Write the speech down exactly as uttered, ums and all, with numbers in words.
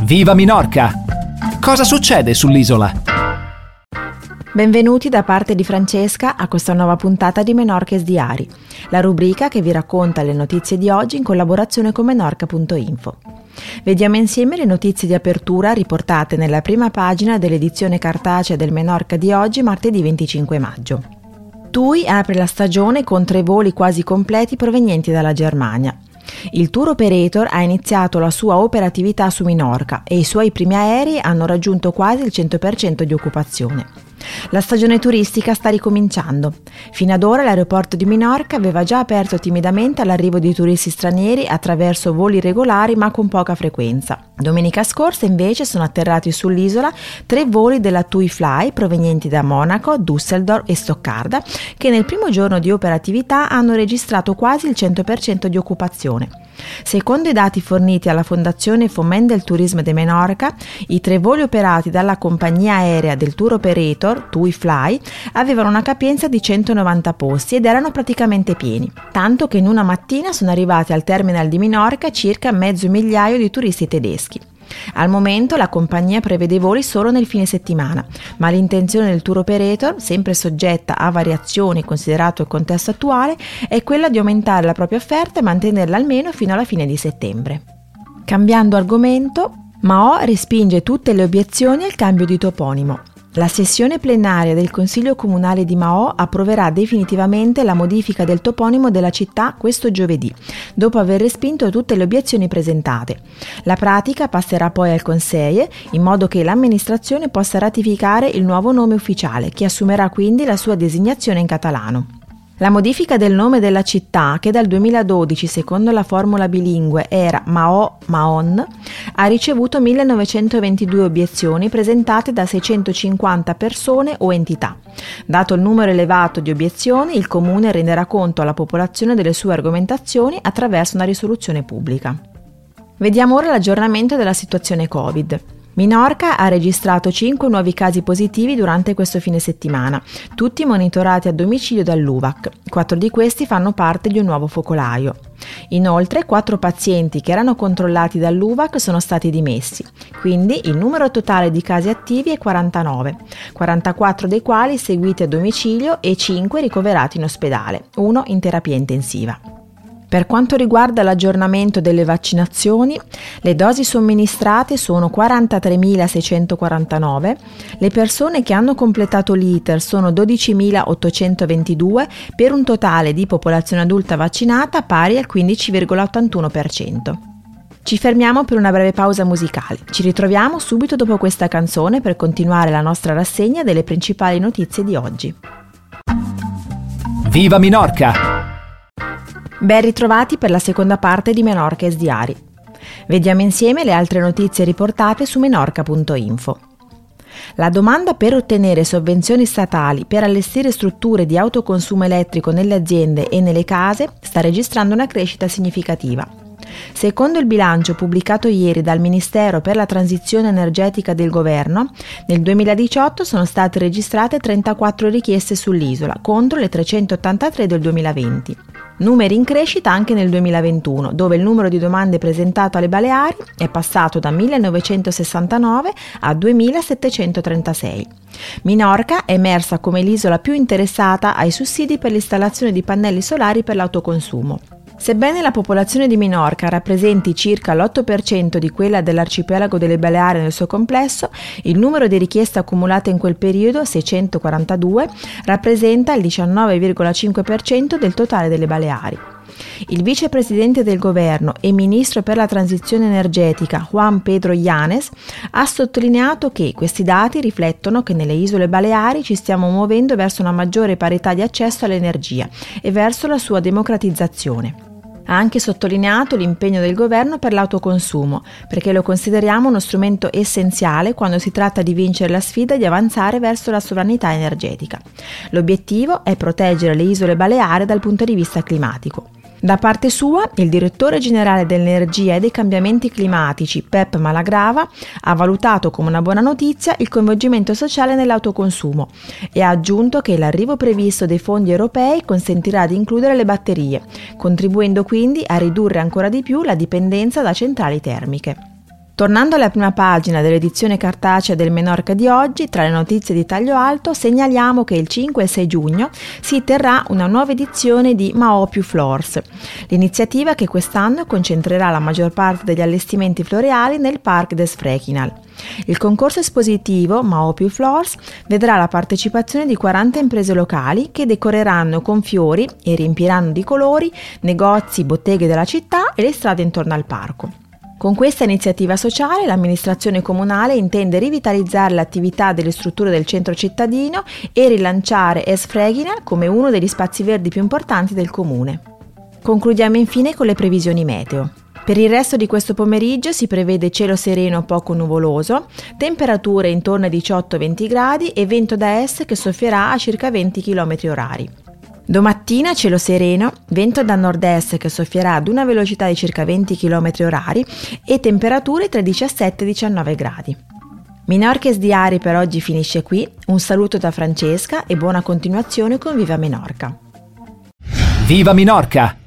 Viva Minorca! Cosa succede sull'isola? Benvenuti da parte di Francesca a questa nuova puntata di Menorca's Diari, la rubrica che vi racconta le notizie di oggi in collaborazione con Menorca punto info. Vediamo insieme le notizie di apertura riportate nella prima pagina dell'edizione cartacea del Menorca di oggi, martedì venticinque maggio. TUI apre la stagione con tre voli quasi completi provenienti dalla Germania. Il tour operator ha iniziato la sua operatività su Minorca e i suoi primi aerei hanno raggiunto quasi il cento per cento di occupazione. La stagione turistica sta ricominciando. Fino ad ora l'aeroporto di Minorca aveva già aperto timidamente all'arrivo di turisti stranieri attraverso voli regolari ma con poca frequenza. Domenica scorsa invece sono atterrati sull'isola tre voli della TUI Fly provenienti da Monaco, Düsseldorf e Stoccarda che nel primo giorno di operatività hanno registrato quasi il cento per cento di occupazione. Secondo i dati forniti alla Fondazione Foment del Turismo de Menorca, i tre voli operati dalla compagnia aerea del tour operator TUI Fly avevano una capienza di centonovanta posti ed erano praticamente pieni, tanto che in una mattina sono arrivati al terminal di Minorca circa mezzo migliaio di turisti tedeschi. Al momento la compagnia prevede voli solo nel fine settimana, ma l'intenzione del tour operator, sempre soggetta a variazioni considerato il contesto attuale, è quella di aumentare la propria offerta e mantenerla almeno fino alla fine di settembre. Cambiando argomento, Mao respinge tutte le obiezioni al cambio di toponimo. La sessione plenaria del Consiglio Comunale di Mao approverà definitivamente la modifica del toponimo della città questo giovedì, dopo aver respinto tutte le obiezioni presentate. La pratica passerà poi al Consiglio, in modo che l'amministrazione possa ratificare il nuovo nome ufficiale, che assumerà quindi la sua designazione in catalano. La modifica del nome della città, che dal duemiladodici, secondo la formula bilingue, era Mao Maon, ha ricevuto millenovecentoventidue obiezioni presentate da seicentocinquanta persone o entità. Dato il numero elevato di obiezioni, il Comune renderà conto alla popolazione delle sue argomentazioni attraverso una risoluzione pubblica. Vediamo ora l'aggiornamento della situazione Covid. Minorca ha registrato cinque nuovi casi positivi durante questo fine settimana, tutti monitorati a domicilio dall'U V A C. Quattro di questi fanno parte di un nuovo focolaio. Inoltre, quattro pazienti che erano controllati dall'U V A C sono stati dimessi, quindi il numero totale di casi attivi è quarantanove, quarantaquattro dei quali seguiti a domicilio e cinque ricoverati in ospedale, uno in terapia intensiva. Per quanto riguarda l'aggiornamento delle vaccinazioni, le dosi somministrate sono quarantatremilaseicentoquarantanove, le persone che hanno completato l'iter sono dodicimilaottocentoventidue per un totale di popolazione adulta vaccinata pari al quindici virgola ottantuno per cento. Ci fermiamo per una breve pausa musicale. Ci ritroviamo subito dopo questa canzone per continuare la nostra rassegna delle principali notizie di oggi. Viva Minorca! Ben ritrovati per la seconda parte di Menorca's Diari. Vediamo insieme le altre notizie riportate su Menorca punto info. La domanda per ottenere sovvenzioni statali per allestire strutture di autoconsumo elettrico nelle aziende e nelle case sta registrando una crescita significativa. Secondo il bilancio pubblicato ieri dal Ministero per la Transizione Energetica del Governo, nel duemiladiciotto sono state registrate trentaquattro richieste sull'isola, contro le trecentottantatré del duemilaventi. Numeri in crescita anche nel duemilaventuno, dove il numero di domande presentate alle Baleari è passato da millenovecentosessantanove a duemilasettecentotrentasei. Minorca è emersa come l'isola più interessata ai sussidi per l'installazione di pannelli solari per l'autoconsumo. Sebbene la popolazione di Minorca rappresenti circa l'otto per cento di quella dell'arcipelago delle Baleari nel suo complesso, il numero di richieste accumulate in quel periodo, seicentoquarantadue, rappresenta il diciannove virgola cinque per cento del totale delle Baleari. Il vicepresidente del governo e ministro per la transizione energetica Juan Pedro Llanes ha sottolineato che questi dati riflettono che nelle isole Baleari ci stiamo muovendo verso una maggiore parità di accesso all'energia e verso la sua democratizzazione. Ha anche sottolineato l'impegno del governo per l'autoconsumo, perché lo consideriamo uno strumento essenziale quando si tratta di vincere la sfida di avanzare verso la sovranità energetica. L'obiettivo è proteggere le isole Baleari dal punto di vista climatico. Da parte sua, il direttore generale dell'energia e dei cambiamenti climatici, Pep Malagrava, ha valutato come una buona notizia il coinvolgimento sociale nell'autoconsumo e ha aggiunto che l'arrivo previsto dei fondi europei consentirà di includere le batterie, contribuendo quindi a ridurre ancora di più la dipendenza da centrali termiche. Tornando alla prima pagina dell'edizione cartacea del Menorca di oggi, tra le notizie di taglio alto segnaliamo che il cinque e sei giugno si terrà una nuova edizione di Maò più Flors, l'iniziativa che quest'anno concentrerà la maggior parte degli allestimenti floreali nel Parc des Frekinal. Il concorso espositivo Maò più Flors vedrà la partecipazione di quaranta imprese locali che decoreranno con fiori e riempiranno di colori negozi, botteghe della città e le strade intorno al parco. Con questa iniziativa sociale l'amministrazione comunale intende rivitalizzare l'attività delle strutture del centro cittadino e rilanciare Es Frekinal come uno degli spazi verdi più importanti del comune. Concludiamo infine con le previsioni meteo. Per il resto di questo pomeriggio si prevede cielo sereno poco nuvoloso, temperature intorno ai diciotto venti gradi e vento da est che soffierà a circa venti chilometri orari. Domattina cielo sereno, vento da nord-est che soffierà ad una velocità di circa venti chilometri orari e temperature tra diciassette e diciannove gradi. Minorques Diari per oggi finisce qui, un saluto da Francesca e buona continuazione con Viva Menorca. Viva Minorca!